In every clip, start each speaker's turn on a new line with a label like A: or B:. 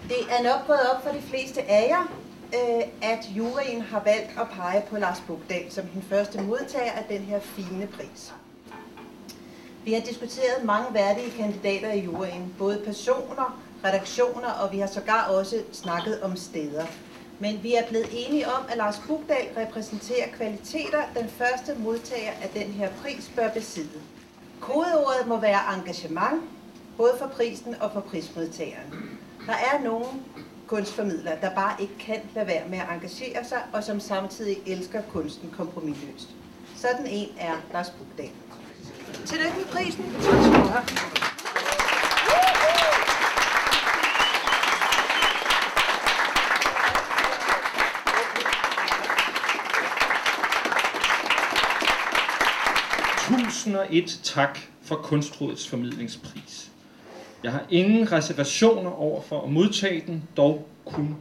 A: Det er nok gået op for de fleste af jer, at juryen har valgt at pege på Lars Bukdahl som den første modtager af den her fine pris. Vi har diskuteret mange værdige kandidater i juryen, både personer, redaktioner, og vi har sågar også snakket om steder. Men vi er blevet enige om, at Lars Bukdahl repræsenterer kvaliteter, den første modtager af den her pris bør besidde. Kodeordet må være engagement, både for prisen og for prismodtageren. Der er nogle kunstformidlere, der bare ikke kan lade være med at engagere sig, og som samtidig elsker kunsten kompromisløst. Sådan en er Lars Bukdahl. Tillykke med prisen.
B: Tusind og et tak for Kunstrådets formidlingspris. Jeg har ingen reservationer over for at modtage den, dog kun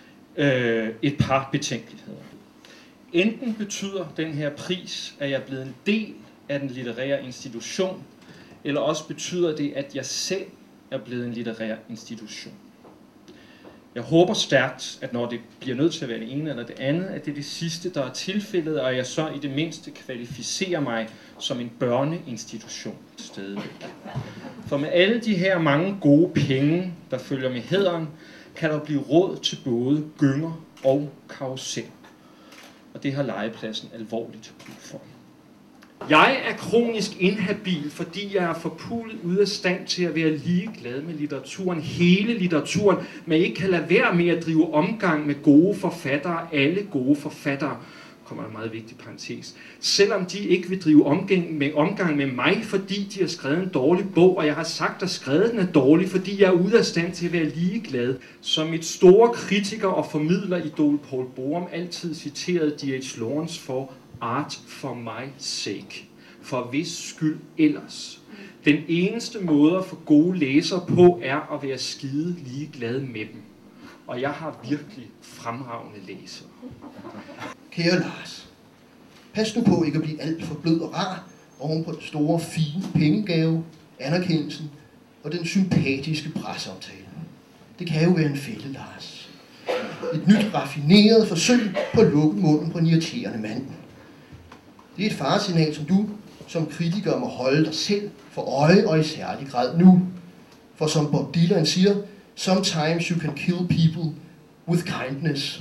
B: et par betænkeligheder. Enten betyder den her pris, at jeg er blevet en del af den litterære institution, eller også betyder det, at jeg selv er blevet en litterær institution. Jeg håber stærkt, at når det bliver nødt til at være det ene eller det andet, at det er det sidste, der er tilfældet, og jeg så i det mindste kvalificerer mig som en børneinstitution stadigvæk. For med alle de her mange gode penge, der følger med hæderen, kan der blive råd til både gynger og karusel. Og det har legepladsen alvorligt brug for. Jeg er kronisk inhabil, fordi jeg er forpulet ude af stand til at være ligeglad med litteraturen, hele litteraturen, men ikke kan lade være med at drive omgang med gode forfattere, alle gode forfattere, kommer en meget vigtig parentes, selvom de ikke vil drive omgang med mig, fordi de har skrevet en dårlig bog, og jeg har sagt, at skrevet den er dårlig, fordi jeg er ude af stand til at være ligeglad. Som mit store kritiker og formidleridol Paul Borum altid citerede D.H. Lawrence for art for my sake. For hvis skyld ellers. Den eneste måde at få gode læsere på er at være skide ligeglad med dem. Og jeg har virkelig fremragende læsere.
C: Kære Lars, pas nu på ikke at blive alt for blød og rar oven på den store, fine pengegave, anerkendelsen og den sympatiske presseomtale. Det kan jo være en fælde, Lars. Et nyt raffineret forsøg på at lukke munden på en irriterende mand. Det er et faresignal, som du som kritiker må holde dig selv for øje og i særlig grad nu. For som Bob Dylan siger, sometimes you can kill people with kindness.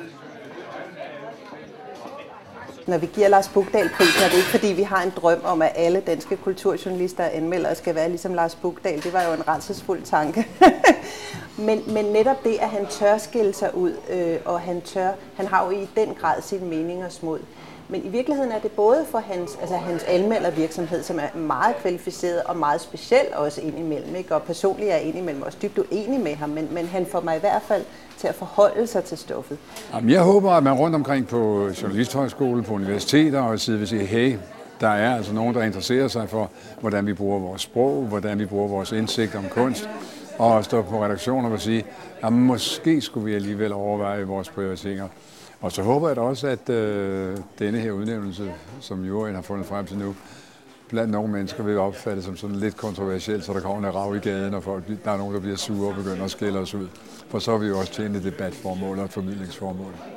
A: Når vi giver Lars Bukdahl prisen, er det ikke fordi vi har en drøm om, at alle danske kulturjournalister og anmeldere skal være ligesom Lars Bukdahl. Det var jo en rædselsfuld tanke. men netop det, at han tør skille sig ud, og han har jo i den grad sine meninger smod. Men i virkeligheden er det både for hans anmeldervirksomhed, som er meget kvalificeret og meget speciel også indimellem, ikke? Og personligt er jeg indimellem også dybt uenig med ham, men han får mig i hvert fald til at forholde sig til stoffet.
D: Jamen, jeg håber, at man rundt omkring på journalisthøjskole, på universiteter og sidder og siger, hey, der er altså nogen, der interesserer sig for, hvordan vi bruger vores sprog, hvordan vi bruger vores indsigt om kunst, og stå på redaktioner og sige, at måske skulle vi alligevel overveje vores prioriteringer. Og så håber jeg da også, at denne her udnævnelse, som juryen har fundet frem til nu, blandt nogle mennesker vil opfatte som sådan lidt kontroversielt, så der kommer en rav i gaden, og der er nogen, der bliver sure og begynder at skælde os ud. For så har vi jo også tjent et debatformål og et formidlingsformål.